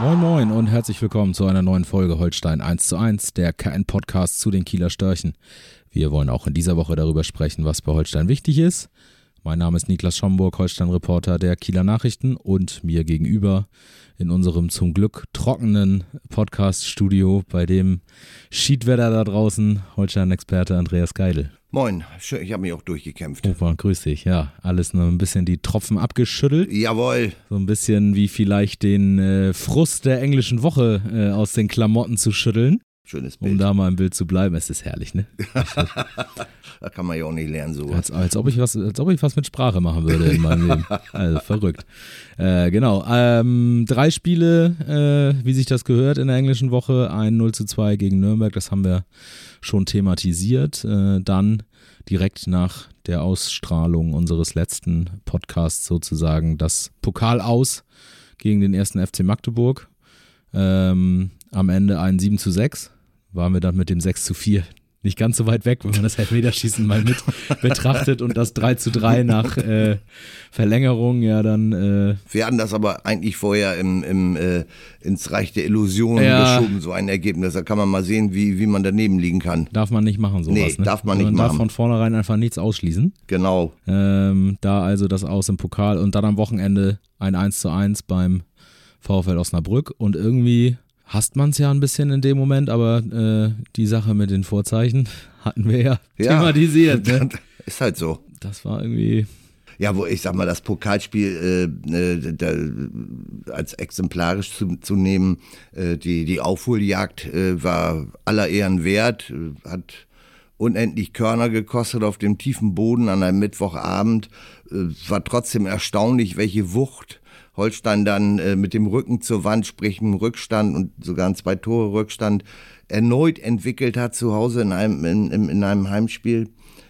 Moin Moin und herzlich willkommen zu einer neuen Folge Holstein 1:1, der KN-Podcast zu den Kieler Störchen. Wir wollen auch in dieser Woche darüber sprechen, was bei Holstein wichtig ist. Mein Name ist Niklas Schomburg, Holstein-Reporter der Kieler Nachrichten, und mir gegenüber in unserem zum Glück trockenen Podcast-Studio bei dem Schiedwetter da draußen Holstein-Experte Andreas Geidel. Moin, ich habe mich auch durchgekämpft. Opa, grüß dich. Ja, alles nur ein bisschen die Tropfen abgeschüttelt. Jawohl. So ein bisschen wie vielleicht den Frust der englischen Woche aus den Klamotten zu schütteln. Schönes Bild. Um da mal im Bild zu bleiben. Es ist herrlich, ne? Da kann man ja auch nicht lernen, sowas. Als ob ich was mit Sprache machen würde in meinem Leben. Also verrückt. Genau. 3 Spiele, wie sich das gehört in der englischen Woche. Ein 0:2 gegen Nürnberg, das haben wir schon thematisiert. Dann direkt nach der Ausstrahlung unseres letzten Podcasts sozusagen das Pokal aus gegen den 1. FC Magdeburg. Am Ende ein 7:6. Waren wir dann mit dem 6:4 nicht ganz so weit weg, wenn man das Elfmeterschießen mal mit betrachtet und das 3:3 nach Verlängerung, ja dann. Wir hatten das aber eigentlich vorher ins Reich der Illusionen geschoben, so ein Ergebnis. Da kann man mal sehen, wie man daneben liegen kann. Darf man nicht machen, sowas. Nee, ne? darf man nicht machen. machen. Man darf von vornherein einfach nichts ausschließen. Genau. Da also das Aus im Pokal und dann am Wochenende ein 1:1 beim VfL Osnabrück, und irgendwie hasst man es ja ein bisschen in dem Moment, aber die Sache mit den Vorzeichen hatten wir ja thematisiert. Ne? Ist halt so. Das war irgendwie... Ja, wo ich sag mal, das Pokalspiel als exemplarisch zu nehmen, die Aufholjagd war aller Ehren wert, hat unendlich Körner gekostet auf dem tiefen Boden an einem Mittwochabend, war trotzdem erstaunlich, welche Wucht Holstein dann mit dem Rücken zur Wand, sprich im Rückstand und sogar ein 2-Tore-Rückstand, erneut entwickelt hat zu Hause in einem Heimspiel.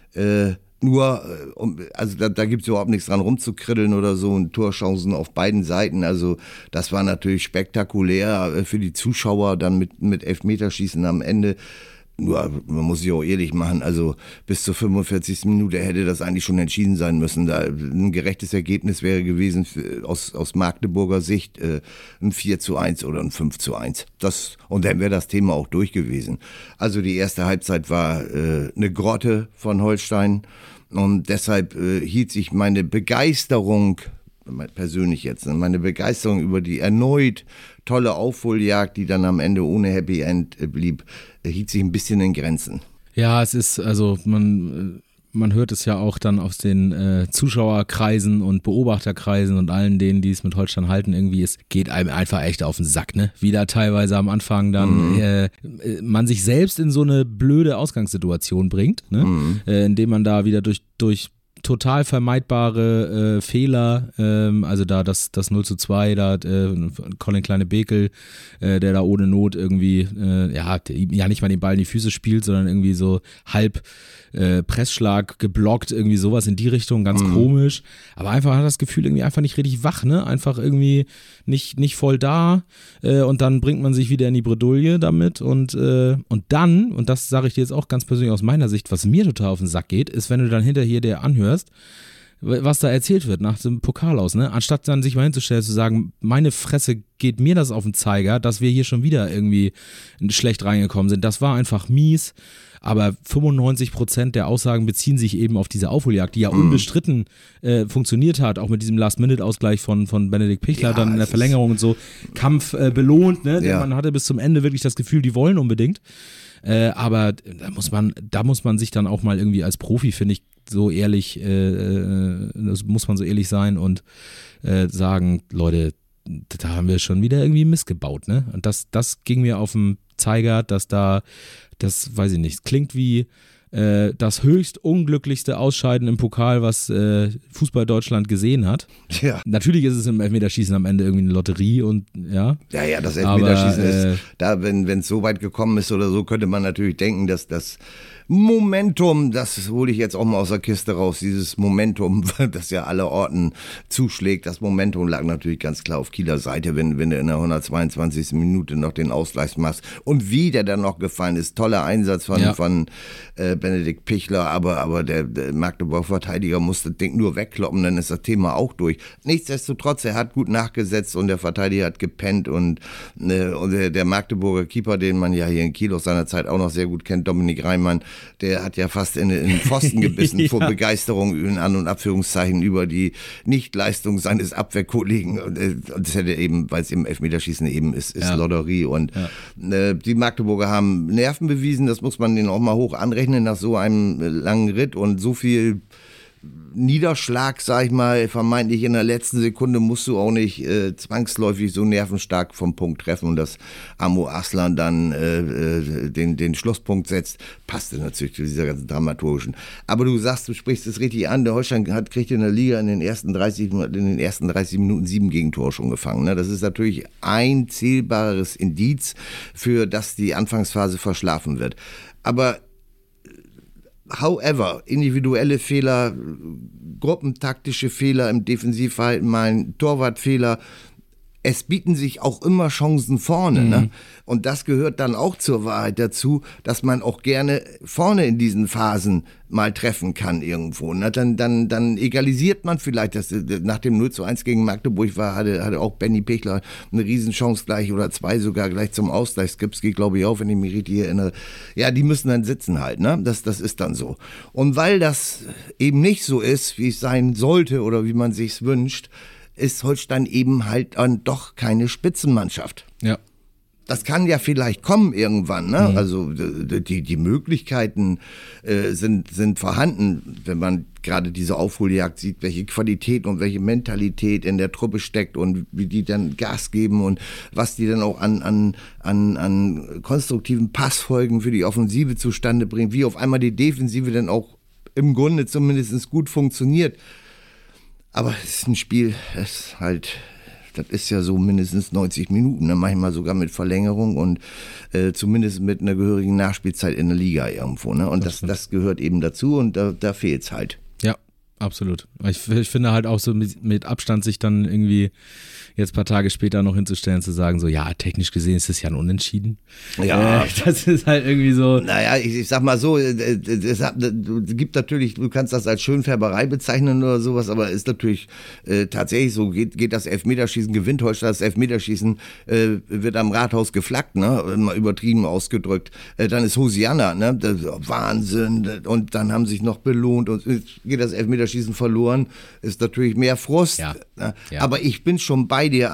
Also da gibt es überhaupt nichts dran rumzukriddeln oder so, und Torchancen auf beiden Seiten. Also das war natürlich spektakulär für die Zuschauer, dann mit Elfmeterschießen am Ende. Nur, man muss sich auch ehrlich machen, also bis zur 45. Minute hätte das eigentlich schon entschieden sein müssen. Da ein gerechtes Ergebnis wäre gewesen aus Magdeburger Sicht ein 4:1 oder ein 5:1. Und dann wäre das Thema auch durch gewesen. Also die erste Halbzeit war eine Grotte von Holstein, und deshalb hielt sich meine Begeisterung, persönlich jetzt, meine Begeisterung über die erneut tolle Aufholjagd, die dann am Ende ohne Happy End blieb, hielt sich ein bisschen in Grenzen. Ja, es ist, also man hört es ja auch dann aus den Zuschauerkreisen und Beobachterkreisen und allen denen, die es mit Holstein halten, irgendwie, es geht einem einfach echt auf den Sack, ne? Wie da teilweise am Anfang dann man sich selbst in so eine blöde Ausgangssituation bringt, ne? Indem man da wieder durch total vermeidbare Fehler, also da das 0:2, da Colin Kleine-Bekel, der da ohne Not irgendwie, nicht mal den Ball in die Füße spielt, sondern irgendwie so halb Pressschlag geblockt, irgendwie sowas in die Richtung, ganz komisch, aber einfach hat das Gefühl irgendwie einfach nicht richtig wach, ne, einfach irgendwie nicht voll da, und dann bringt man sich wieder in die Bredouille damit, und dann, und das sage ich dir jetzt auch ganz persönlich aus meiner Sicht, was mir total auf den Sack geht, ist, wenn du dann hinterher dir anhörst, was da erzählt wird nach dem Pokal aus, ne? Anstatt dann sich mal hinzustellen, zu sagen, meine Fresse, geht mir das auf den Zeiger, dass wir hier schon wieder irgendwie schlecht reingekommen sind. Das war einfach mies, aber 95% der Aussagen beziehen sich eben auf diese Aufholjagd, die ja unbestritten funktioniert hat, auch mit diesem Last-Minute-Ausgleich von Benedikt Pichler, dann in der Verlängerung und so, Kampf belohnt, ne? Ja. Man hatte bis zum Ende wirklich das Gefühl, die wollen unbedingt. Aber da muss man sich dann auch mal irgendwie als Profi, finde ich, so ehrlich, das muss man so ehrlich sein und sagen, Leute, da haben wir schon wieder irgendwie Mist gebaut, ne? Und das ging mir auf den Zeiger, dass da, das weiß ich nicht, klingt wie das höchst unglücklichste Ausscheiden im Pokal, was Fußball Deutschland gesehen hat. Ja. Natürlich ist es im Elfmeterschießen am Ende irgendwie eine Lotterie und ja. Ja, das Elfmeterschießen ist, da, wenn es so weit gekommen ist oder so, könnte man natürlich denken, dass Momentum, das hole ich jetzt auch mal aus der Kiste raus, dieses Momentum, das ja alle Orten zuschlägt. Das Momentum lag natürlich ganz klar auf Kieler Seite, wenn du in der 122. Minute noch den Ausgleich machst. Und wie der dann noch gefallen ist, toller Einsatz von Benedikt Pichler, aber der Magdeburg-Verteidiger musste das Ding nur wegkloppen, dann ist das Thema auch durch. Nichtsdestotrotz, er hat gut nachgesetzt und der Verteidiger hat gepennt und der Magdeburger Keeper, den man ja hier in Kiel aus seiner Zeit auch noch sehr gut kennt, Dominik Reimann, der hat ja fast in den Pfosten gebissen vor Begeisterung in An- und Abführungszeichen über die Nichtleistung seines Abwehrkollegen. Und das hätte eben, weil es im Elfmeterschießen eben ist Lotterie. Und die Magdeburger haben Nerven bewiesen, das muss man denen auch mal hoch anrechnen nach so einem langen Ritt und so viel Niederschlag, sag ich mal, vermeintlich in der letzten Sekunde musst du auch nicht zwangsläufig so nervenstark vom Punkt treffen und dass Amo Aslan dann den Schlusspunkt setzt, passte natürlich zu dieser ganzen dramaturgischen. Aber du sprichst es richtig an, der Holstein kriegt in der Liga in den ersten 30 Minuten 7 Gegentore schon gefangen. Ne? Das ist natürlich ein zählbares Indiz für, dass die Anfangsphase verschlafen wird. Aber however, individuelle Fehler, gruppentaktische Fehler im Defensivverhalten, mal ein Torwartfehler, es bieten sich auch immer Chancen vorne. Ne? Und das gehört dann auch zur Wahrheit dazu, dass man auch gerne vorne in diesen Phasen mal treffen kann irgendwo. Ne? Dann egalisiert man vielleicht, dass nach dem 0:1 gegen Magdeburg hatte auch Benny Pichler eine Riesenchance gleich oder 2 sogar gleich zum Ausgleich. Skipski, glaube ich auch, wenn ich mich richtig erinnere. Ja, die müssen dann sitzen halt. Ne? Das ist dann so. Und weil das eben nicht so ist, wie es sein sollte oder wie man sich's wünscht, ist Holstein eben halt dann doch keine Spitzenmannschaft. Ja. Das kann ja vielleicht kommen irgendwann, ne? Also die Möglichkeiten sind vorhanden, wenn man gerade diese Aufholjagd sieht, welche Qualität und welche Mentalität in der Truppe steckt und wie die dann Gas geben und was die dann auch an konstruktiven Passfolgen für die Offensive zustande bringen, wie auf einmal die Defensive dann auch im Grunde zumindest gut funktioniert. Aber es ist ein Spiel, das ist ja so mindestens 90 Minuten, ne? Manchmal sogar mit Verlängerung und zumindest mit einer gehörigen Nachspielzeit in der Liga irgendwo. Ne? Und das gehört eben dazu und da fehlt es halt. Ja, absolut. Ich finde halt auch so mit Abstand sich dann irgendwie jetzt ein paar Tage später noch hinzustellen, zu sagen so, ja, technisch gesehen ist es ja ein Unentschieden. Ja. Das ist halt irgendwie so. Naja, ich sag mal so, gibt natürlich, du kannst das als Schönfärberei bezeichnen oder sowas, aber ist natürlich tatsächlich so, geht das Elfmeterschießen, gewinnt Holstein das Elfmeterschießen, wird am Rathaus geflaggt, ne, mal übertrieben ausgedrückt, dann ist Hosianna, ne, Wahnsinn, und dann haben sich noch belohnt und geht das Elfmeterschießen verloren, ist natürlich mehr Frust, Ja. Ne? Ja. Aber ich bin schon bei dir,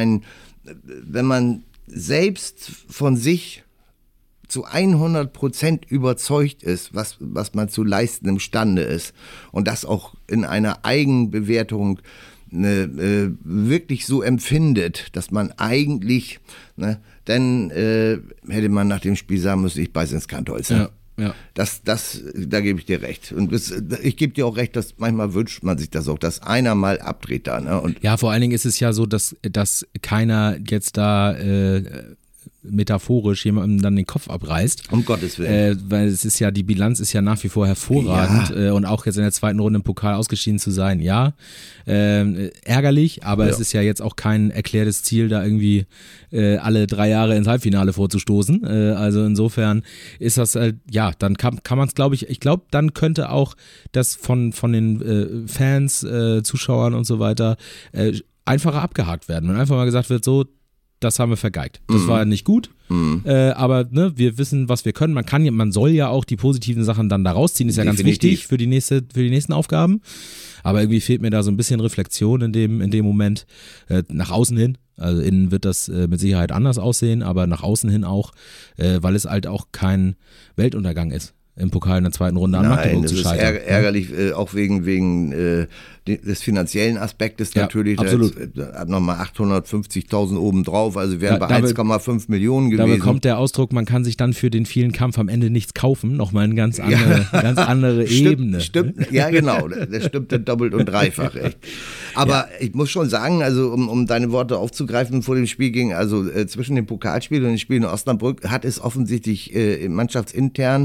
wenn man selbst von sich zu 100% überzeugt ist, was man zu leisten imstande ist und das auch in einer Eigenbewertung wirklich so empfindet, dass man eigentlich, ne, dann hätte man nach dem Spiel sagen müssen, ich beiß ins Kantholz. Ne? Ja. Da gebe ich dir recht. Und ich gebe dir auch recht, dass manchmal wünscht man sich das auch, dass einer mal abdreht da. Ne? Und Ja, vor allen Dingen ist es ja so, dass keiner jetzt da metaphorisch jemandem dann den Kopf abreißt. Um Gottes Willen. Weil es ist ja, die Bilanz ist ja nach wie vor hervorragend und auch jetzt in der zweiten Runde im Pokal ausgeschieden zu sein, ja, ärgerlich, aber es ist ja jetzt auch kein erklärtes Ziel, da irgendwie alle 3 Jahre ins Halbfinale vorzustoßen. Also insofern ist das, dann kann man es, glaube ich glaube, dann könnte auch das von den Fans, Zuschauern und so weiter einfacher abgehakt werden. Wenn einfach mal gesagt wird, so, das haben wir vergeigt. Das war nicht gut, aber ne, wir wissen, was wir können. Man soll ja auch die positiven Sachen dann da rausziehen, ist ja ganz wichtig für die nächsten Aufgaben. Aber irgendwie fehlt mir da so ein bisschen Reflexion in dem Moment nach außen hin. Also innen wird das mit Sicherheit anders aussehen, aber nach außen hin auch, weil es halt auch kein Weltuntergang ist, im Pokal in der zweiten Runde an Magdeburg zu scheitern. Das ist ärgerlich, auch wegen des finanziellen Aspektes natürlich. Absolut. Da hat nochmal 850.000 obendrauf, also wären bei 1,5 Millionen gewesen. Da bekommt der Ausdruck, man kann sich dann für den vielen Kampf am Ende nichts kaufen, nochmal eine ganz andere Ebene. Stimmt, ja genau, das stimmt dann doppelt und dreifach, echt. Aber ich muss schon sagen, also um deine Worte aufzugreifen, vor dem Spiel ging, also zwischen dem Pokalspiel und dem Spiel in Osnabrück hat es offensichtlich mannschaftsintern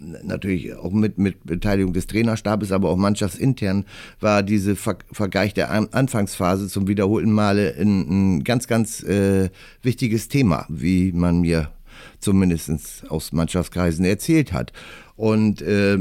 natürlich auch mit Beteiligung des Trainerstabes, aber auch mannschaftsintern, war diese Vergleich der Anfangsphase zum wiederholten Male ein ganz, ganz wichtiges Thema, wie man mir zumindest aus Mannschaftskreisen erzählt hat. Und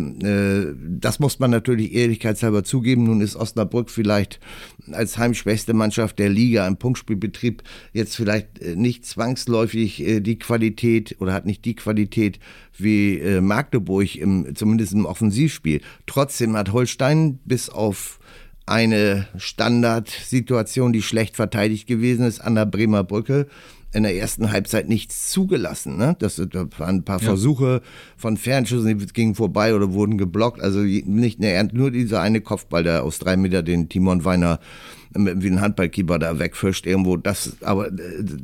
das muss man natürlich ehrlichkeitshalber zugeben. Nun ist Osnabrück vielleicht als heimschwächste Mannschaft der Liga im Punktspielbetrieb jetzt vielleicht nicht zwangsläufig die Qualität oder hat nicht die Qualität wie Magdeburg, zumindest im Offensivspiel. Trotzdem hat Holstein bis auf eine Standardsituation, die schlecht verteidigt gewesen ist, an der Bremer Brücke, in der ersten Halbzeit nichts zugelassen. Ne? Da waren ein paar Versuche von Fernschüssen, die gingen vorbei oder wurden geblockt. Also nur dieser eine Kopfball, der aus 3 Meter den Timon Weiner wie ein Handballkeeper da wegfischt irgendwo. Aber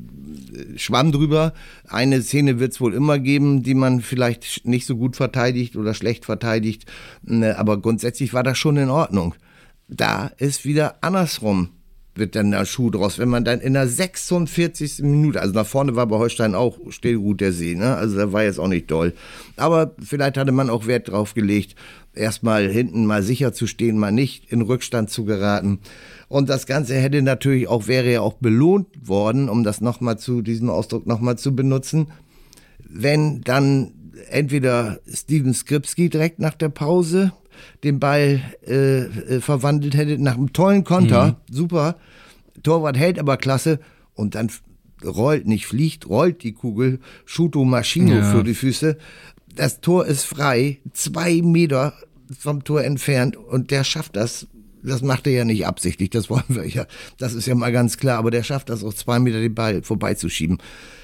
schwamm drüber. Eine Szene wird es wohl immer geben, die man vielleicht nicht so gut verteidigt oder schlecht verteidigt. Aber grundsätzlich war das schon in Ordnung. Da ist wieder andersrum, wird dann der Schuh draus, wenn man dann in der 46. Minute, also nach vorne war bei Holstein auch Stillgut der See, ne? Also da war jetzt auch nicht doll. Aber vielleicht hatte man auch Wert drauf gelegt, erstmal hinten mal sicher zu stehen, mal nicht in Rückstand zu geraten. Und das Ganze wäre ja auch belohnt worden, um das diesen Ausdruck nochmal zu benutzen, wenn dann entweder Steven Skripski direkt nach der Pause den Ball verwandelt hätte nach einem tollen Konter, super, Torwart hält aber klasse und dann rollt die Kugel, Schuto Maschino für die Füße, das Tor ist frei, 2 Meter vom Tor entfernt und der schafft das macht er ja nicht absichtlich, das wollen wir ja, das ist ja mal ganz klar, aber der schafft das auch 2 Meter den Ball vorbeizuschieben.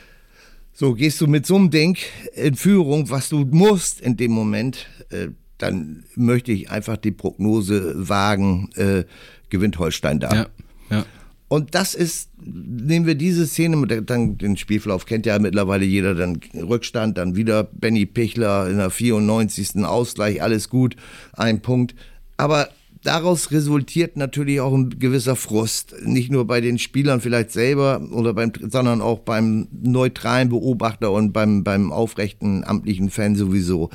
So, gehst du mit so einem Ding in Führung, was du musst in dem Moment, dann möchte ich einfach die Prognose wagen, gewinnt Holstein da. Ja. Und das ist, nehmen wir diese Szene, dann den Spielverlauf kennt ja mittlerweile jeder, dann Rückstand, dann wieder Benny Pichler in der 94. Ausgleich, alles gut, 1 Punkt. Aber daraus resultiert natürlich auch ein gewisser Frust, nicht nur bei den Spielern vielleicht selber, sondern auch beim neutralen Beobachter und beim aufrechten amtlichen Fan sowieso.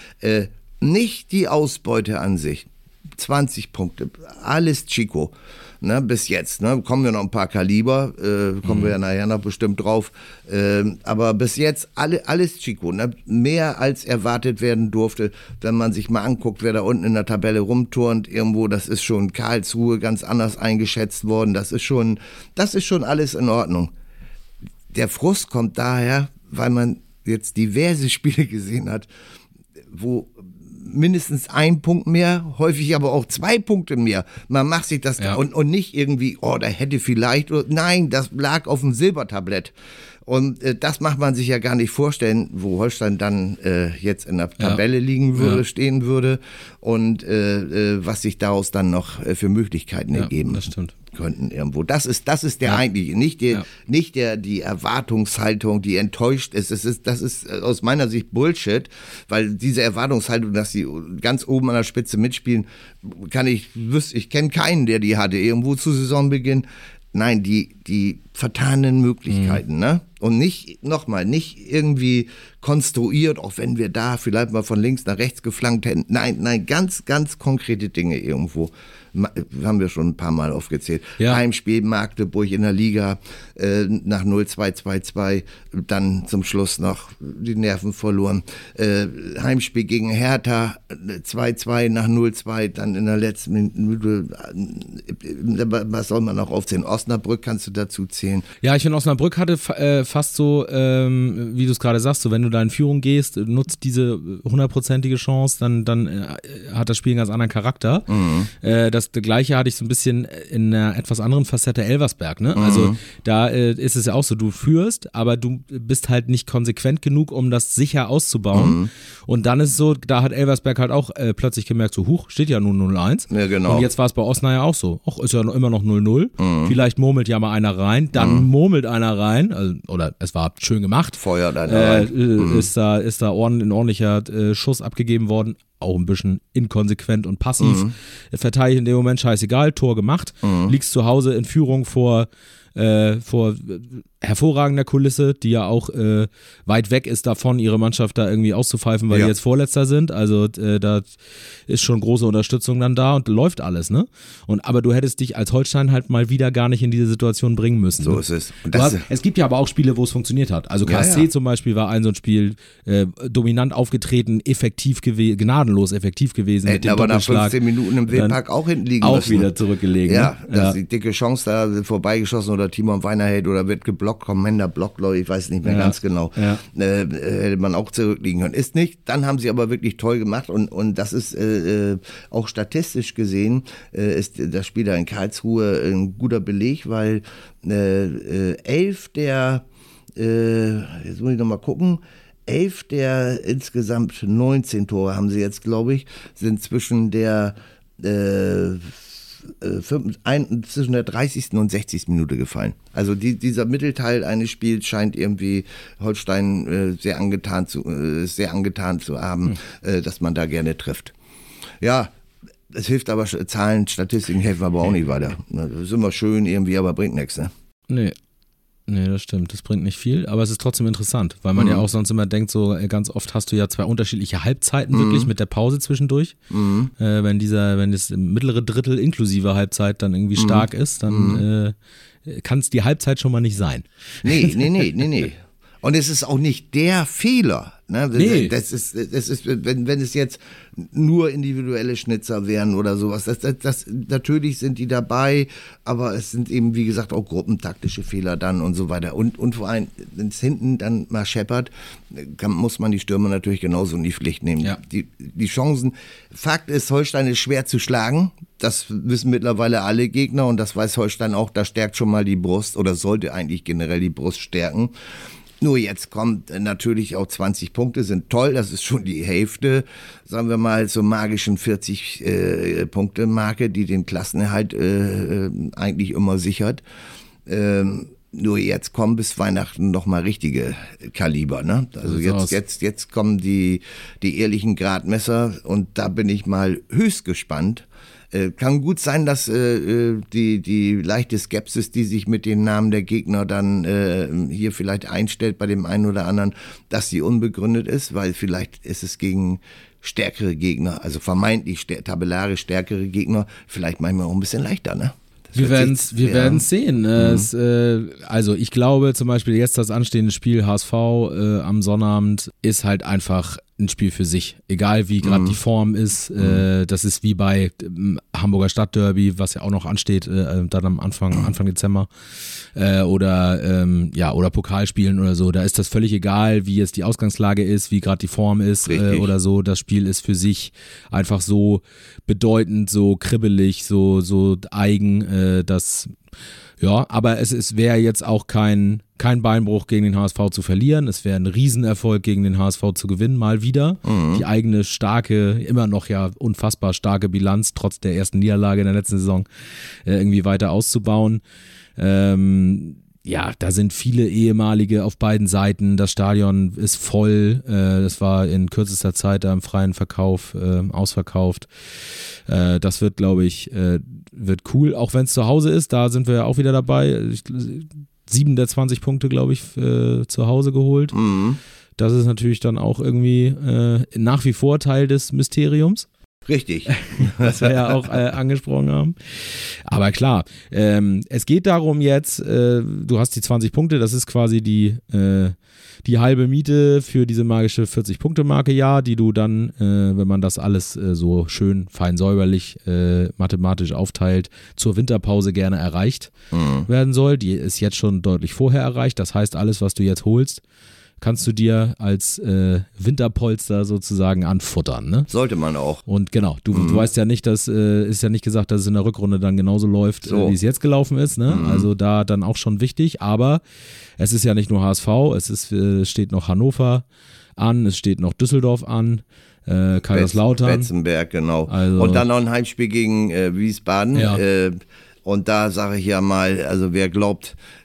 Nicht die Ausbeute an sich. 20 Punkte, alles Chico, ne, bis jetzt. Ne, kommen wir noch ein paar Kaliber, kommen wir ja nachher noch bestimmt drauf. Aber bis jetzt alles Chico, ne, mehr als erwartet werden durfte. Wenn man sich mal anguckt, wer da unten in der Tabelle rumturnt, irgendwo, das ist schon Karlsruhe ganz anders eingeschätzt worden. Das ist schon alles in Ordnung. Der Frust kommt daher, weil man jetzt diverse Spiele gesehen hat, wo mindestens 1 Punkt mehr, häufig aber auch 2 Punkte mehr. Man macht sich das und nicht irgendwie, da hätte vielleicht, nein, das lag auf dem Silbertablett. Und das macht man sich ja gar nicht vorstellen, wo Holstein dann jetzt in der Tabelle stehen würde und was sich daraus dann noch für Möglichkeiten ergeben könnten irgendwo. Das ist der eigentliche, nicht die Erwartungshaltung, die enttäuscht ist. Das ist aus meiner Sicht Bullshit, weil diese Erwartungshaltung, dass sie ganz oben an der Spitze mitspielen, ich kenne keinen, der die hatte, irgendwo zu Saisonbeginn. Nein, die vertanen Möglichkeiten, ne? Und nicht irgendwie konstruiert, auch wenn wir da vielleicht mal von links nach rechts geflankt hätten. Nein, ganz, ganz konkrete Dinge irgendwo. Haben wir schon ein paar Mal aufgezählt. Ja. Heimspiel Magdeburg in der Liga nach 0-2-2-2, dann zum Schluss noch die Nerven verloren. Heimspiel gegen Hertha 2-2 nach 0-2, dann in der letzten Minute, was soll man noch aufzählen? Osnabrück kannst du dazu zählen. Ja, ich finde, Osnabrück hatte fast so, wie du es gerade sagst, so wenn du da in Führung gehst, nutzt diese 100%ige Chance, dann hat das Spiel einen ganz anderen Charakter. Das Gleiche hatte ich so ein bisschen in einer etwas anderen Facette Elversberg, ne? Also da ist es ja auch so, du führst, aber du bist halt nicht konsequent genug, um das sicher auszubauen. Und dann ist es so, da hat Elversberg halt auch plötzlich gemerkt, so steht ja nur 0-1. Ja, genau. Und jetzt war es bei Osnabrück auch so. Ist ja immer noch 0-0. Vielleicht murmelt ja mal einer rein, dann murmelt einer rein, also, oder es war schön gemacht. Feuert einer rein. Ist da ein ordentlicher Schuss abgegeben worden. Auch ein bisschen inkonsequent und passiv. Verteidigt in dem Moment, scheißegal, Tor gemacht. Liegst zu Hause in Führung vor vor hervorragender Kulisse, die ja auch weit weg ist davon, ihre Mannschaft da irgendwie auszupfeifen, weil die jetzt Vorletzter sind. Also da ist schon große Unterstützung dann da und läuft alles, ne? Aber du hättest dich als Holstein halt mal wieder gar nicht in diese Situation bringen müssen. So ne? ist es. Es gibt ja aber auch Spiele, wo es funktioniert hat. Also KSC zum Beispiel war so ein Spiel, dominant aufgetreten, effektiv gewesen, gnadenlos effektiv gewesen. Hätten aber nach 15 Minuten im Wildpark auch hinten liegen auch müssen. Wieder zurückgelegen. Ja, das ist die dicke Chance da vorbeigeschossen oder Timon Weinerheld oder wird geblockt, Commander blockt, Leute, ich weiß nicht mehr ganz genau. Ja. Hätte man auch zurückliegen können. Ist nicht, dann haben sie aber wirklich toll gemacht und das ist auch statistisch gesehen, ist das Spiel da in Karlsruhe ein guter Beleg, weil 11 der, jetzt muss ich nochmal gucken, 11 der insgesamt 19 Tore haben sie jetzt, glaube ich, sind zwischen der zwischen der 30. und 60. Minute gefallen. Also dieser Mittelteil eines Spiels scheint irgendwie Holstein sehr angetan zu haben, dass man da gerne trifft. Ja, es hilft aber, Zahlen, Statistiken helfen aber auch nicht weiter. Das ist immer schön irgendwie, aber bringt nichts, ne? Nee, das stimmt. Das bringt nicht viel, aber es ist trotzdem interessant, weil man ja auch sonst immer denkt, so ganz oft hast du ja zwei unterschiedliche Halbzeiten wirklich mit der Pause zwischendurch. Wenn das mittlere Drittel inklusive Halbzeit dann irgendwie stark ist, dann kann es die Halbzeit schon mal nicht sein. Nee. Und es ist auch nicht der Fehler. Ne? Nee. Das ist, wenn es jetzt nur individuelle Schnitzer wären oder sowas, das natürlich sind die dabei, aber es sind eben, wie gesagt, auch gruppentaktische Fehler dann und so weiter. Und vor allem, wenn es hinten dann mal scheppert, muss man die Stürmer natürlich genauso in die Pflicht nehmen. Ja. Die Chancen, Fakt ist, Holstein ist schwer zu schlagen. Das wissen mittlerweile alle Gegner und das weiß Holstein auch, da stärkt schon mal die Brust oder sollte eigentlich generell die Brust stärken. Nur jetzt kommt natürlich auch 20 Punkte, sind toll, das ist schon die Hälfte, sagen wir mal, zur magischen 40-Punkte-Marke, die den Klassenerhalt eigentlich immer sichert. Nur jetzt kommen bis Weihnachten nochmal richtige Kaliber, ne? Also jetzt kommen die ehrlichen Gradmesser und da bin ich mal höchst gespannt. Kann gut sein, dass die leichte Skepsis, die sich mit den Namen der Gegner dann hier vielleicht einstellt bei dem einen oder anderen, dass sie unbegründet ist, weil vielleicht ist es gegen stärkere Gegner, also vermeintlich tabellarisch stärkere Gegner, vielleicht manchmal auch ein bisschen leichter, ne? Wir werden es sehen. Also ich glaube zum Beispiel jetzt das anstehende Spiel HSV am Sonnabend ist halt einfach ein Spiel für sich. Egal wie gerade die Form ist. Das ist wie bei Hamburger Stadtderby, was ja auch noch ansteht, dann am Anfang Dezember. Oder Pokalspielen oder so. Da ist das völlig egal, wie jetzt die Ausgangslage ist, wie gerade die Form ist oder so. Das Spiel ist für sich einfach so bedeutend, so kribbelig, so eigen, aber es wäre jetzt auch kein Beinbruch gegen den HSV zu verlieren. Es wäre ein Riesenerfolg gegen den HSV zu gewinnen, mal wieder. Die eigene starke, immer noch ja unfassbar starke Bilanz, trotz der ersten Niederlage in der letzten Saison, irgendwie weiter auszubauen. Da sind viele ehemalige auf beiden Seiten. Das Stadion ist voll. Das war in kürzester Zeit da im freien Verkauf ausverkauft. Das wird, glaube ich, wird cool. Auch wenn es zu Hause ist, da sind wir ja auch wieder dabei. 7 der 20 Punkte, glaube ich, zu Hause geholt. Das ist natürlich dann auch irgendwie nach wie vor Teil des Mysteriums. Richtig. Was wir ja auch angesprochen haben. Aber klar, es geht darum jetzt, du hast die 20 Punkte, das ist quasi die halbe Miete für diese magische 40-Punkte-Marke, die du dann, wenn man das alles so schön fein säuberlich mathematisch aufteilt, zur Winterpause gerne erreicht werden soll. Die ist jetzt schon deutlich vorher erreicht. Das heißt, alles, was du jetzt holst, kannst du dir als Winterpolster sozusagen anfuttern, ne? Sollte man auch. Und genau, du weißt ja nicht, ist ja nicht gesagt, dass es in der Rückrunde dann genauso läuft, wie es jetzt gelaufen ist, ne? Also da dann auch schon wichtig, aber es ist ja nicht nur HSV, es steht noch Hannover an, es steht noch Düsseldorf an, Kaiserslautern. Betzenberg, genau. Also, und dann noch ein Heimspiel gegen Wiesbaden. Ja. Und da sage ich ja mal, also wer glaubt,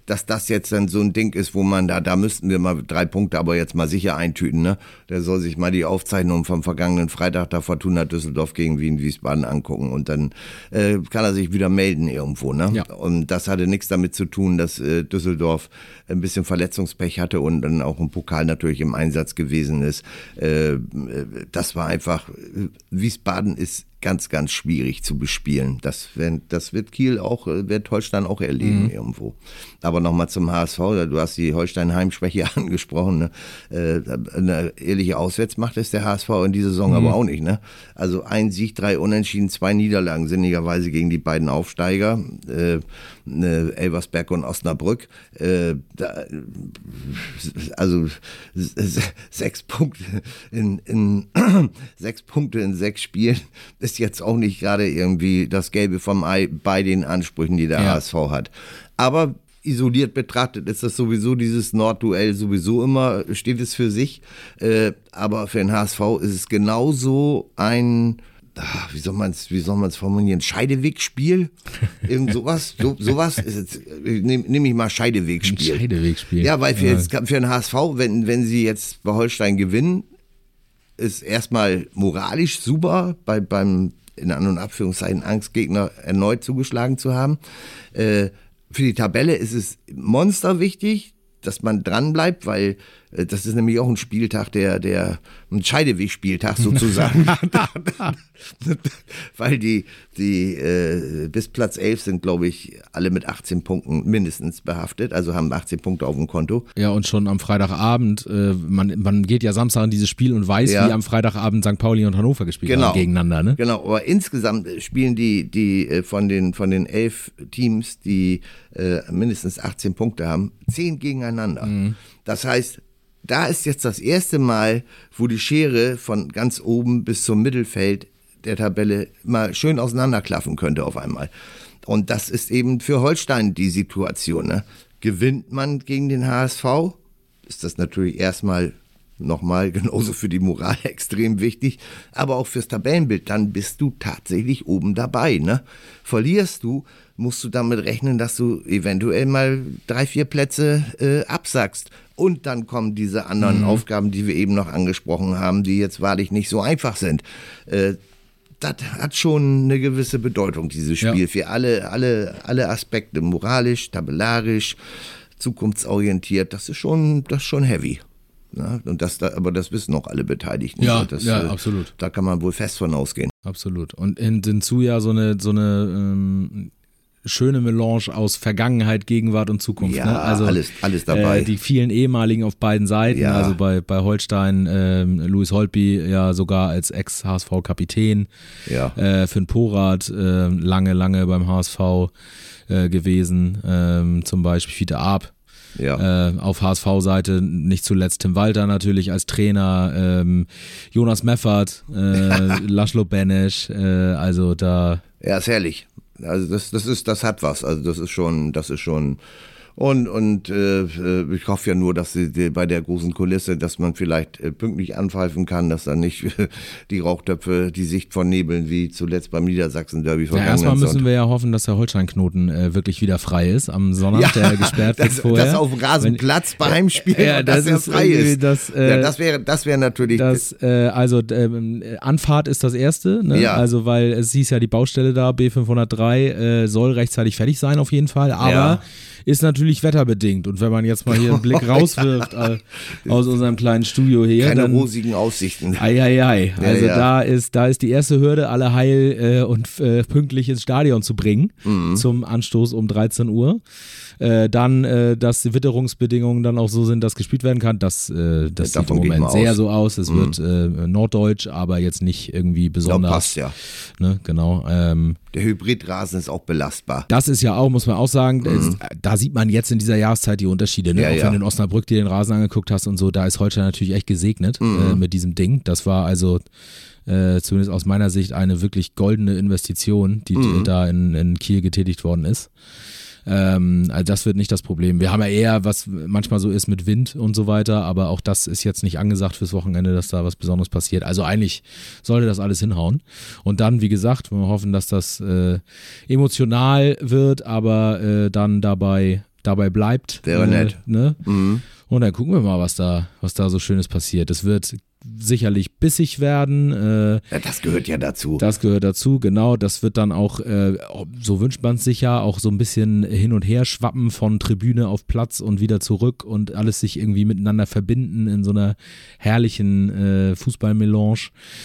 dass das jetzt dann so ein Ding ist, wo man da müssten wir mal 3 Punkte aber jetzt mal sicher eintüten, ne? Der soll sich mal die Aufzeichnung vom vergangenen Freitag da Fortuna Düsseldorf gegen Wien Wiesbaden angucken und dann kann er sich wieder melden irgendwo, ne? Ja. Und das hatte nichts damit zu tun, dass Düsseldorf ein bisschen Verletzungspech hatte und dann auch im Pokal natürlich im Einsatz gewesen ist. Das war einfach, Wiesbaden ist ganz, ganz schwierig zu bespielen. Das wird Kiel auch, wird Holstein auch erleben irgendwo. Aber nochmal zum HSV, du hast die Holstein-Heimschwäche angesprochen. Ne? Eine ehrliche Auswärtsmacht ist der HSV in dieser Saison aber auch nicht. Ne? Also 1 Sieg, 3 Unentschieden, 2 Niederlagen, sinnigerweise gegen die beiden Aufsteiger, Elversberg und Osnabrück. Also 6 Punkte in 6 Punkte in 6 Spielen ist jetzt auch nicht gerade irgendwie das Gelbe vom Ei bei den Ansprüchen, die der HSV hat. Aber isoliert betrachtet ist das sowieso dieses Nordduell sowieso immer, steht es für sich. Aber für den HSV ist es genauso ein, wie soll man es formulieren, Scheidewegspiel? Irgend sowas? Sowas ist jetzt, nehme ich mal Scheidewegspiel. Scheidewegspiel. Ja, weil für den HSV, wenn sie jetzt bei Holstein gewinnen, ist erstmal moralisch super, beim in An- und Abführungszeichen Angstgegner erneut zugeschlagen zu haben. Für die Tabelle ist es monster wichtig, dass man dran bleibt, weil das ist nämlich auch ein Spieltag, ein Scheidewegspieltag sozusagen. Weil die bis Platz 11 sind, glaube ich, alle mit 18 Punkten mindestens behaftet, also haben 18 Punkte auf dem Konto. Ja, und schon am Freitagabend, man geht ja Samstag in dieses Spiel und weiß, wie am Freitagabend St. Pauli und Hannover gespielt haben gegeneinander. Ne? Genau, aber insgesamt spielen die von den 11 Teams, die mindestens 18 Punkte haben, 10 gegeneinander. Das heißt, da ist jetzt das erste Mal, wo die Schere von ganz oben bis zum Mittelfeld der Tabelle mal schön auseinanderklaffen könnte auf einmal. Und das ist eben für Holstein die Situation. Ne? Gewinnt man gegen den HSV, ist das natürlich erstmal nochmal genauso für die Moral extrem wichtig, aber auch fürs Tabellenbild, dann bist du tatsächlich oben dabei. Ne? Verlierst du, musst du damit rechnen, dass du eventuell mal 3-4 Plätze absackst. Und dann kommen diese anderen Aufgaben, die wir eben noch angesprochen haben, die jetzt wahrlich nicht so einfach sind. Das hat schon eine gewisse Bedeutung, dieses Spiel, für alle Aspekte, moralisch, tabellarisch, zukunftsorientiert. Das ist schon heavy. Ja, und aber das wissen auch alle Beteiligten. Ja, absolut. Da kann man wohl fest von ausgehen. Absolut. Und hinzu ja so eine schöne Melange aus Vergangenheit, Gegenwart und Zukunft. Ja, ne? Also, alles dabei. Die vielen ehemaligen auf beiden Seiten, also bei Holstein Louis Holtby ja sogar als Ex-HSV-Kapitän, Finn Porath lange beim HSV gewesen, zum Beispiel Fiete Arp. Auf HSV-Seite nicht zuletzt Tim Walter natürlich als Trainer, Jonas Meffert, Laszlo Benesch, also da. Ja, ist herrlich. Also das hat was. Also das ist schon. Und ich hoffe ja nur, dass sie bei der großen Kulisse, dass man vielleicht pünktlich anpfeifen kann, dass dann nicht die Rauchtöpfe die Sicht vernebeln, wie zuletzt beim Niedersachsen-Derby vergangenen Erstmal müssen wir ja hoffen, dass der Holstein-Knoten wirklich wieder frei ist am Sonntag, der gesperrt wird vorher. Das auf dem Rasenplatz bei Heimspielen, dass er frei ist. Das wäre natürlich... Anfahrt ist das Erste, ne? Ja. Also weil es hieß ja, die Baustelle da, B503, soll rechtzeitig fertig sein auf jeden Fall, aber ist natürlich wetterbedingt. Und wenn man jetzt mal hier einen Blick rauswirft aus unserem kleinen Studio hier. Keine dann, rosigen Aussichten. Also da ist die erste Hürde, alle heil und pünktlich ins Stadion zu bringen, zum Anstoß um 13 Uhr. Dass die Witterungsbedingungen dann auch so sind, dass gespielt werden kann, das sieht im Moment sehr so aus. Es wird norddeutsch, aber jetzt nicht irgendwie besonders. Passt ja. Ne, genau. Der Hybridrasen ist auch belastbar. Das ist ja auch, muss man auch sagen, da sieht man jetzt in dieser Jahreszeit die Unterschiede. Ne? Auch wenn du in Osnabrück dir den Rasen angeguckt hast und so, da ist Holstein natürlich echt gesegnet mit diesem Ding. Das war also zumindest aus meiner Sicht eine wirklich goldene Investition, die da in Kiel getätigt worden ist. Also das wird nicht das Problem. Wir haben ja eher, was manchmal so ist mit Wind und so weiter, aber auch das ist jetzt nicht angesagt fürs Wochenende, dass da was Besonderes passiert. Also eigentlich sollte das alles hinhauen. Und dann, wie gesagt, wir hoffen, dass das emotional wird, aber dann dabei dabei bleibt. Wäre nett. Ne? Und dann gucken wir mal, was da so Schönes passiert. Es wird sicherlich bissig werden. Ja, das gehört ja dazu. Das gehört dazu, genau. Das wird dann auch, so wünscht man es sich ja, auch so ein bisschen hin und her schwappen von Tribüne auf Platz und wieder zurück und alles sich irgendwie miteinander verbinden in so einer herrlichen Fußballmelange.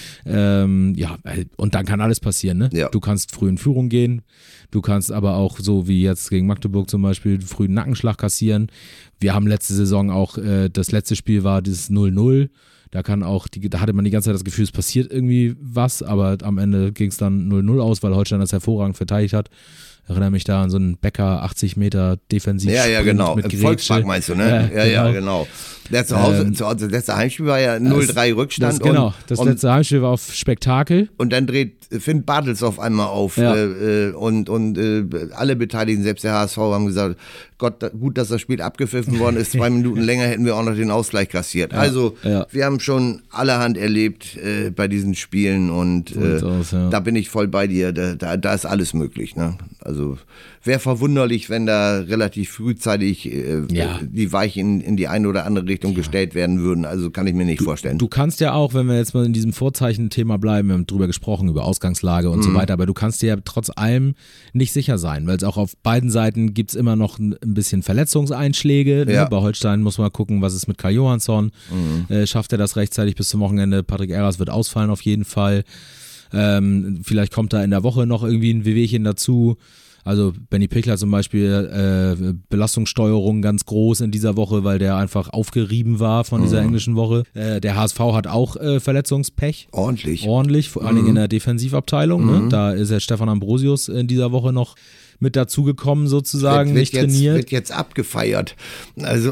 Ja, und dann kann alles passieren, ne? Ja. Du kannst früh in Führung gehen, du kannst aber auch, so wie jetzt gegen Magdeburg zum Beispiel, früh einen Nackenschlag kassieren. Wir haben letzte Saison auch, das letzte Spiel war dieses 0-0. Da hatte man die ganze Zeit das Gefühl, es passiert irgendwie was, aber am Ende ging es dann 0-0 aus, weil Holstein das hervorragend verteidigt hat. Ich erinnere mich da an so einen Becker 80 Meter defensiv. Ja, genau. Mit Im Volkspark meinst du, ne? Ja, genau. Das letzte Heimspiel war ja 0-3 Rückstand. Das letzte Heimspiel war auf Spektakel. Und dann dreht Finn Bartels auf einmal auf. Ja. Und alle Beteiligten, selbst der HSV, haben gesagt, Gott, gut, dass das Spiel abgepfiffen worden ist. 2 Minuten länger hätten wir auch noch den Ausgleich kassiert. Ja. Also, wir haben schon allerhand erlebt bei diesen Spielen und da bin ich voll bei dir. Da ist alles möglich. Ne? Also, wäre verwunderlich, wenn da relativ frühzeitig die Weichen in die eine oder andere Richtung gestellt werden würden. Also, kann ich mir nicht vorstellen. Du kannst ja auch, wenn wir jetzt mal in diesem Vorzeichen-Thema bleiben, wir haben drüber gesprochen, über Ausgangslage und so weiter, aber du kannst dir ja trotz allem nicht sicher sein, weil es auch auf beiden Seiten gibt es immer noch ein bisschen Verletzungseinschläge. Ja. Ne? Bei Holstein muss man gucken, was ist mit Kai Johansson. Schafft er das rechtzeitig bis zum Wochenende? Patrick Erras wird ausfallen auf jeden Fall. Vielleicht kommt da in der Woche noch irgendwie ein Wehwehchen dazu. Also Benny Pichler zum Beispiel, Belastungssteuerung ganz groß in dieser Woche, weil der einfach aufgerieben war von dieser englischen Woche. Der HSV hat auch Verletzungspech. Ordentlich, vor allen Dingen in der Defensivabteilung. Ne? Da ist der Stefan Ambrosius in dieser Woche noch mit dazugekommen sozusagen, nicht trainiert. Wird jetzt abgefeiert. Also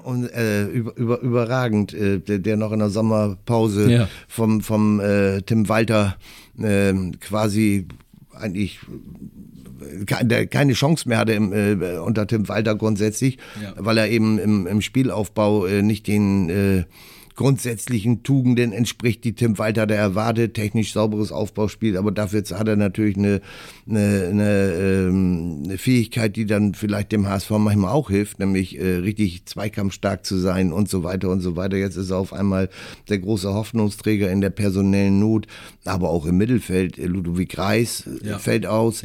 überragend, der noch in der Sommerpause vom Tim Walter quasi eigentlich keine Chance mehr hatte unter Tim Walter grundsätzlich, weil er eben im Spielaufbau nicht den grundsätzlichen Tugenden entspricht, die Tim Walter da erwartet, technisch sauberes Aufbauspiel, aber dafür hat er natürlich eine Fähigkeit, die dann vielleicht dem HSV manchmal auch hilft, nämlich richtig zweikampfstark zu sein und so weiter und so weiter. Jetzt ist er auf einmal der große Hoffnungsträger in der personellen Not, aber auch im Mittelfeld. Ludovic Reis fällt aus,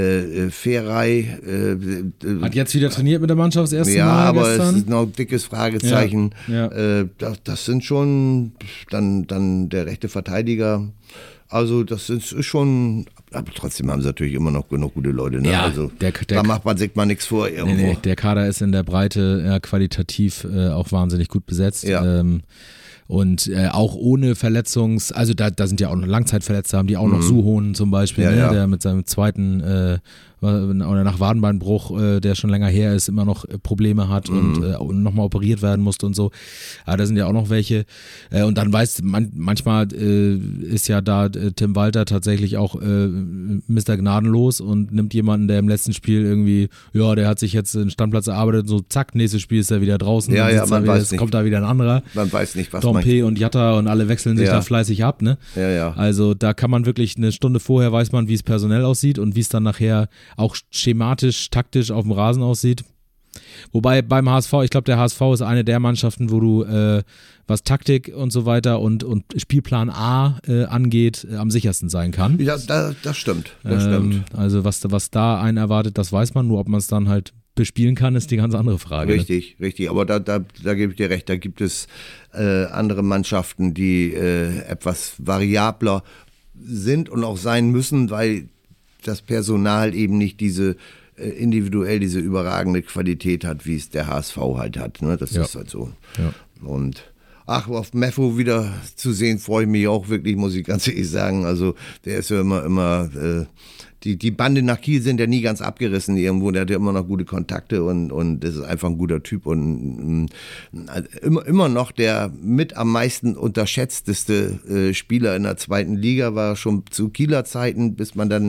Ferrei hat jetzt wieder trainiert mit der Mannschaft das erste Mal aber gestern. es ist noch ein dickes Fragezeichen. Das sind schon dann der rechte Verteidiger. Also das ist schon, aber trotzdem haben sie natürlich immer noch genug gute Leute. Ne? Ja, also da macht man sich mal nichts vor irgendwo. Nee, der Kader ist in der Breite qualitativ auch wahnsinnig gut besetzt. Ja. Und auch ohne also da sind ja auch noch Langzeitverletzte, haben die auch noch Suhonen zum Beispiel, der mit seinem zweiten oder nach Wadenbeinbruch, der schon länger her ist, immer noch Probleme hat und nochmal operiert werden musste und so. Aber da sind ja auch noch welche. Und dann manchmal ist ja da Tim Walter tatsächlich auch Mr. Gnadenlos und nimmt jemanden, der im letzten Spiel irgendwie, der hat sich jetzt einen Standplatz erarbeitet, so zack, nächstes Spiel ist er wieder draußen. Man weiß nicht. Kommt da wieder ein anderer. Man weiß nicht, was Dompe und Jatta und alle wechseln sich da fleißig ab, ne? Ja. Also da kann man wirklich eine Stunde vorher weiß man, wie es personell aussieht und wie es dann nachher auch schematisch, taktisch auf dem Rasen aussieht. Wobei beim HSV, ich glaube, der HSV ist eine der Mannschaften, wo du was Taktik und so weiter und Spielplan A angeht, am sichersten sein kann. Ja, das stimmt. Also was da einen erwartet, das weiß man, nur ob man es dann halt bespielen kann, ist die ganz andere Frage. Richtig. Aber da gebe ich dir recht, da gibt es andere Mannschaften, die etwas variabler sind und auch sein müssen, weil das Personal eben nicht individuell diese überragende Qualität hat, wie es der HSV halt hat. Ne? Das ist halt so. Ja. Und auf Meffo wieder zu sehen, freue ich mich auch wirklich, muss ich ganz ehrlich sagen. Also der ist ja immer die Bande nach Kiel sind ja nie ganz abgerissen irgendwo, der hat ja immer noch gute Kontakte und das ist einfach ein guter Typ und immer noch der mit am meisten unterschätzteste Spieler in der zweiten Liga, war schon zu Kieler Zeiten, bis man dann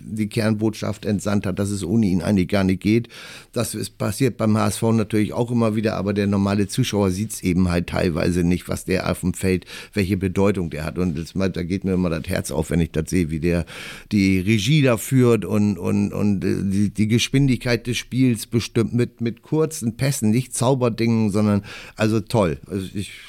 die Kernbotschaft entsandt hat, dass es ohne ihn eigentlich gar nicht geht. Das ist passiert beim HSV natürlich auch immer wieder, aber der normale Zuschauer sieht es eben halt teilweise nicht, was der auf dem Feld, welche Bedeutung der hat. Und da geht mir immer das Herz auf, wenn ich das sehe, wie der die Regie da führt und die Geschwindigkeit des Spiels bestimmt mit kurzen Pässen, nicht Zauberdingen, sondern also toll. Also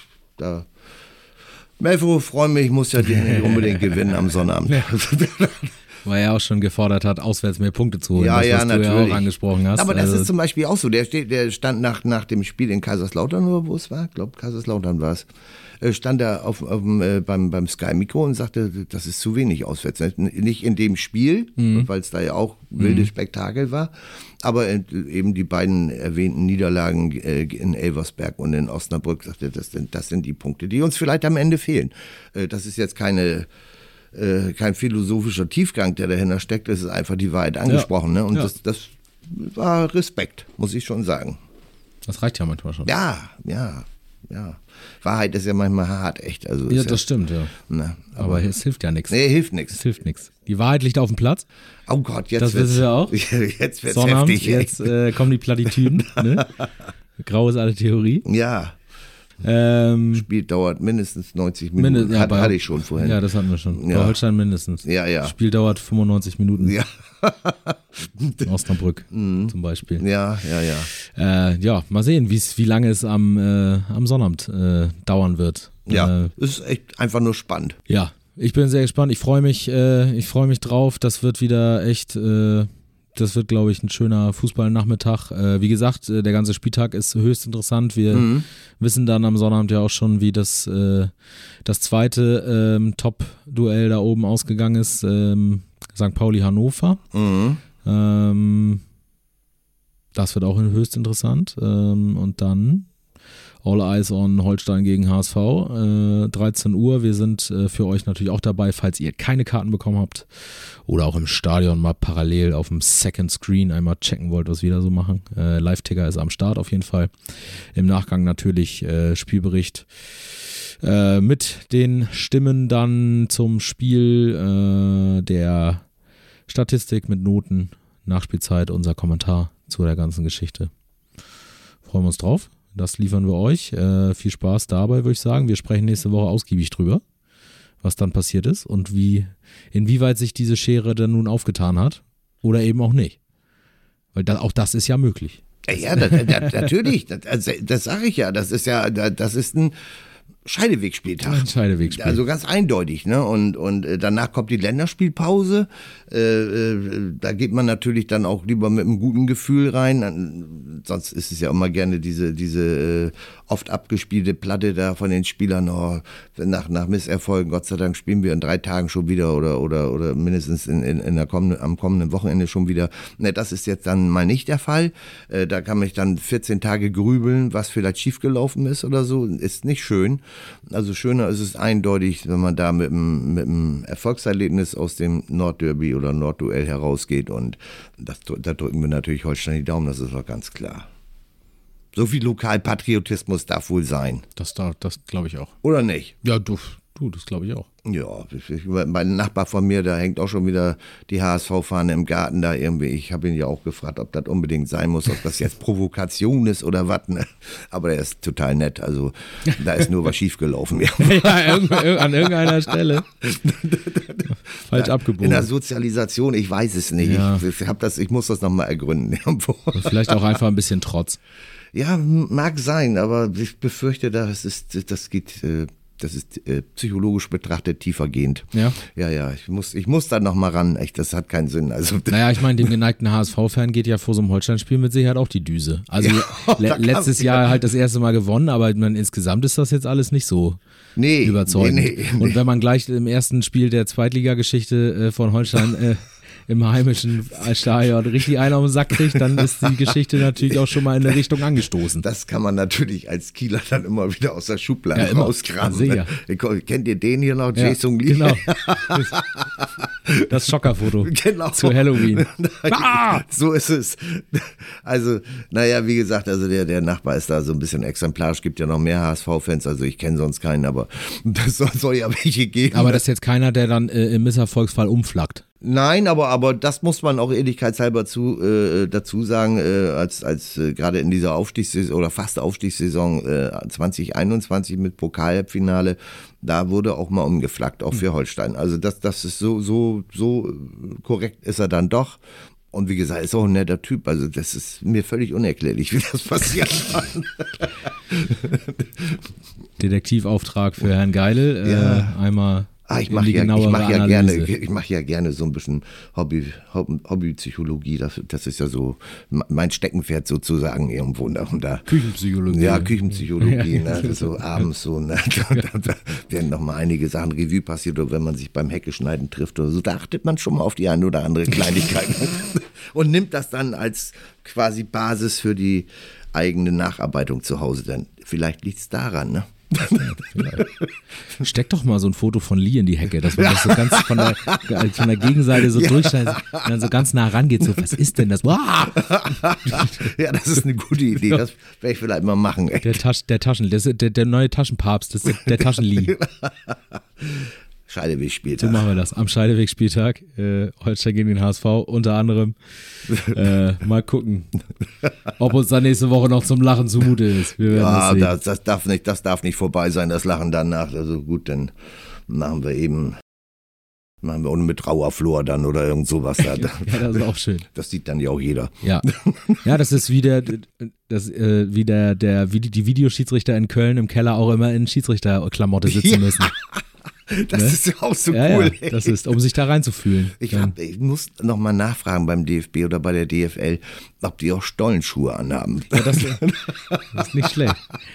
Melfo, freue mich, ich muss ja den unbedingt gewinnen am Sonnabend. Ja. Weil er auch schon gefordert hat, auswärts mehr Punkte zu holen, was natürlich. Du ja auch angesprochen hast. Aber das ist zum Beispiel auch so, der stand nach dem Spiel in Kaiserslautern, oder wo es war, ich glaube Kaiserslautern war es, stand er beim Sky-Mikro und sagte, das ist zu wenig auswärts. Nicht in dem Spiel, weil es da ja auch wildes Spektakel war, aber eben die beiden erwähnten Niederlagen in Elversberg und in Osnabrück, sagte, das sind die Punkte, die uns vielleicht am Ende fehlen. Das ist jetzt kein philosophischer Tiefgang, der dahinter steckt, das ist einfach die Wahrheit angesprochen. Ne? Und das war Respekt, muss ich schon sagen. Das reicht ja manchmal schon. Ja. Wahrheit ist ja manchmal hart, echt. Also ja, das stimmt, ja. Na, aber es hilft ja nichts. Nee, hilft nichts. Es hilft nichts. Die Wahrheit liegt auf dem Platz. Oh Gott, jetzt das wissen wir auch. Jetzt wird's Sonnabend, heftig. Jetzt kommen die Plattitüden. Ne? Grau ist alle Theorie. Ja. Spiel dauert mindestens 90 Minuten. Hatte ich schon vorhin. Ja, das hatten wir schon. Bei Holstein mindestens. Ja. Spiel dauert 95 Minuten. Ja. Osnabrück zum Beispiel. Ja. Mal sehen, wie lange es am Sonnabend dauern wird. Ja, ist echt einfach nur spannend. Ja, ich bin sehr gespannt. Ich freue mich drauf. Das wird wieder echt... Das wird, glaube ich, ein schöner Fußballnachmittag. Wie gesagt, der ganze Spieltag ist höchst interessant. Wir wissen dann am Sonnabend ja auch schon, wie das zweite Top-Duell da oben ausgegangen ist. St. Pauli-Hannover. Das wird auch höchst interessant. Und dann All Eyes on Holstein gegen HSV, 13 Uhr. Wir sind für euch natürlich auch dabei, falls ihr keine Karten bekommen habt oder auch im Stadion mal parallel auf dem Second Screen einmal checken wollt, was wir da so machen. Live-Ticker ist am Start auf jeden Fall. Im Nachgang natürlich Spielbericht mit den Stimmen dann zum Spiel, der Statistik mit Noten, Nachspielzeit, unser Kommentar zu der ganzen Geschichte. Freuen wir uns drauf. Das liefern wir euch. Viel Spaß dabei, würde ich sagen. Wir sprechen nächste Woche ausgiebig drüber, was dann passiert ist und inwieweit sich diese Schere dann nun aufgetan hat oder eben auch nicht. Weil auch das ist ja möglich. Ja, natürlich. Das sage ich ja. Das ist ein Scheidewegspieltag. Ein Scheidewegspiel. Also ganz eindeutig, ne? Und danach kommt die Länderspielpause. Da geht man natürlich dann auch lieber mit einem guten Gefühl rein. Sonst ist es ja immer gerne diese oft abgespielte Platte da von den Spielern. Nach Misserfolgen, Gott sei Dank spielen wir in 3 Tagen schon wieder oder mindestens am kommenden Wochenende schon wieder. Ne, das ist jetzt dann mal nicht der Fall. Da kann ich dann 14 Tage grübeln, was vielleicht schiefgelaufen ist oder so. Ist nicht schön. Also schöner ist es eindeutig, wenn man da mit einem Erfolgserlebnis aus dem Nordderby oder Nordduell herausgeht und da drücken wir natürlich Holstein die Daumen, das ist doch ganz klar. So viel Lokalpatriotismus darf wohl sein. Das glaube ich auch. Oder nicht? Ja, du, das glaube ich auch. Ja, mein Nachbar von mir, da hängt auch schon wieder die HSV-Fahne im Garten da irgendwie. Ich habe ihn ja auch gefragt, ob das unbedingt sein muss, ob das jetzt Provokation ist oder was. Ne? Aber er ist total nett, also da ist nur was schiefgelaufen. Ja, an irgendeiner Stelle. Falsch abgebogen. In der Sozialisation, ich weiß es nicht. Ja. Ich muss das nochmal ergründen. Vielleicht auch einfach ein bisschen Trotz. Ja, mag sein, aber ich befürchte, das ist psychologisch betrachtet tiefergehend. Ja? Ja, ich muss da nochmal ran, echt, das hat keinen Sinn. Also, naja, ich meine, dem geneigten HSV-Fan geht ja vor so einem Holstein-Spiel mit Sicherheit auch die Düse. Also letztes Jahr halt das erste Mal gewonnen, aber insgesamt ist das jetzt alles nicht so überzeugend. Nee. Und wenn man gleich im ersten Spiel der Zweitligageschichte von Holstein im heimischen Stadion richtig einen auf den Sack kriegt, dann ist die Geschichte natürlich auch schon mal in der Richtung angestoßen. Das kann man natürlich als Kieler dann immer wieder aus der Schublade rauskramen. Sicher. Kennt ihr den hier noch? Jason Lee? Genau. Das Schockerfoto zu Halloween. So ist es. Also, naja, wie gesagt, also der Nachbar ist da so ein bisschen exemplarisch. Gibt ja noch mehr HSV-Fans, also ich kenne sonst keinen, aber das soll ja welche geben. Aber das ist jetzt keiner, der dann im Misserfolgsfall umflaggt. Nein, aber das muss man auch ehrlichkeitshalber dazu sagen, als gerade in dieser Aufstiegssaison oder fast Aufstiegssaison 2021 mit Pokalfinale, da wurde auch mal umgeflaggt, auch für Holstein. Also das ist so korrekt ist er dann doch. Und wie gesagt, ist auch ein netter Typ. Also das ist mir völlig unerklärlich, wie das passiert kann. Detektivauftrag für Herrn Geidel. Ja. Einmal Ich mache ja gerne so ein bisschen Hobbypsychologie. Das ist ja so mein Steckenpferd sozusagen irgendwo. Da. Küchenpsychologie. Ja, Küchenpsychologie. Ja. Ne? So abends so. Ne? Da werden noch mal einige Sachen Revue passiert, oder wenn man sich beim Heckeschneiden trifft oder so. Da achtet man schon mal auf die eine oder andere Kleinigkeit und nimmt das dann als quasi Basis für die eigene Nacharbeitung zu Hause. Dann vielleicht liegt es daran, ne? Steck doch mal so ein Foto von Lee in die Hecke, dass man das so ganz von der Gegenseite so durchschneidet und dann so ganz nah rangeht, so, was ist denn das? Ja, das ist eine gute Idee, das werde ich vielleicht mal machen. Ey. Der neue Taschenpapst, das ist der Taschen-Lee. Scheidewegspieltag. So machen wir das. Am Scheidewegspieltag. Holstein gegen den HSV unter anderem. Mal gucken, ob uns dann nächste Woche noch zum Lachen zumute ist. Wir werden das darf nicht vorbei sein, das Lachen danach. Also gut, dann machen wir ohne mit Trauerflor dann oder irgend sowas. Da. Ja, das ist auch schön. Das sieht dann ja auch jeder. Ja, das ist wie die Videoschiedsrichter in Köln im Keller auch immer in Schiedsrichterklamotte sitzen müssen. Das ist ja auch so cool. Ja, das ist, um sich da reinzufühlen. Ich muss noch mal nachfragen beim DFB oder bei der DFL, ob die auch Stollenschuhe anhaben. Ja, das ist nicht schlecht.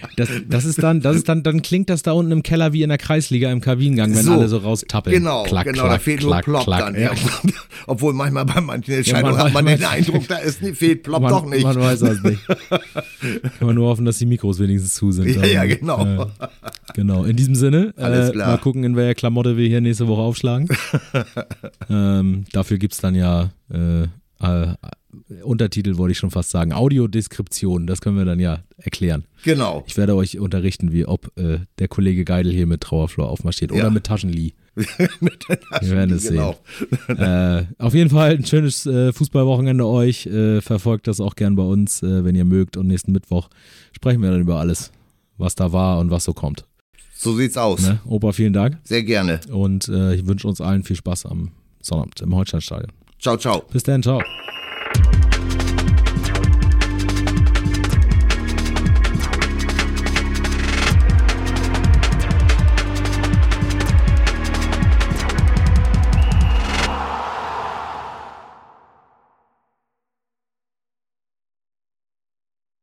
Dann klingt das da unten im Keller wie in der Kreisliga im Kabinengang, wenn alle so raustappeln. Genau, da fehlt nur Plopp dann. Ja. Obwohl manchmal bei manchen Entscheidungen hat man den Eindruck, fehlt Plopp doch nicht. Man weiß das nicht. Kann man nur hoffen, dass die Mikros wenigstens zu sind. Ja, genau. Genau, in diesem Sinne, alles klar. Mal gucken, in welcher Klamotte wir hier nächste Woche aufschlagen. Dafür gibt es dann ja Untertitel, wollte ich schon fast sagen. Audiodeskription, das können wir dann ja erklären. Genau. Ich werde euch unterrichten, ob der Kollege Geidel hier mit Trauerflor aufmarschiert oder mit Taschenlie. Wir werden es sehen. Auf jeden Fall ein schönes Fußballwochenende euch. Verfolgt das auch gern bei uns, wenn ihr mögt. Und nächsten Mittwoch sprechen wir dann über alles, was da war und was so kommt. So sieht's aus. Ne? Opa, vielen Dank. Sehr gerne. Und ich wünsche uns allen viel Spaß am Sonnabend im Holsteinstadion. Ciao, ciao. Bis dann, ciao.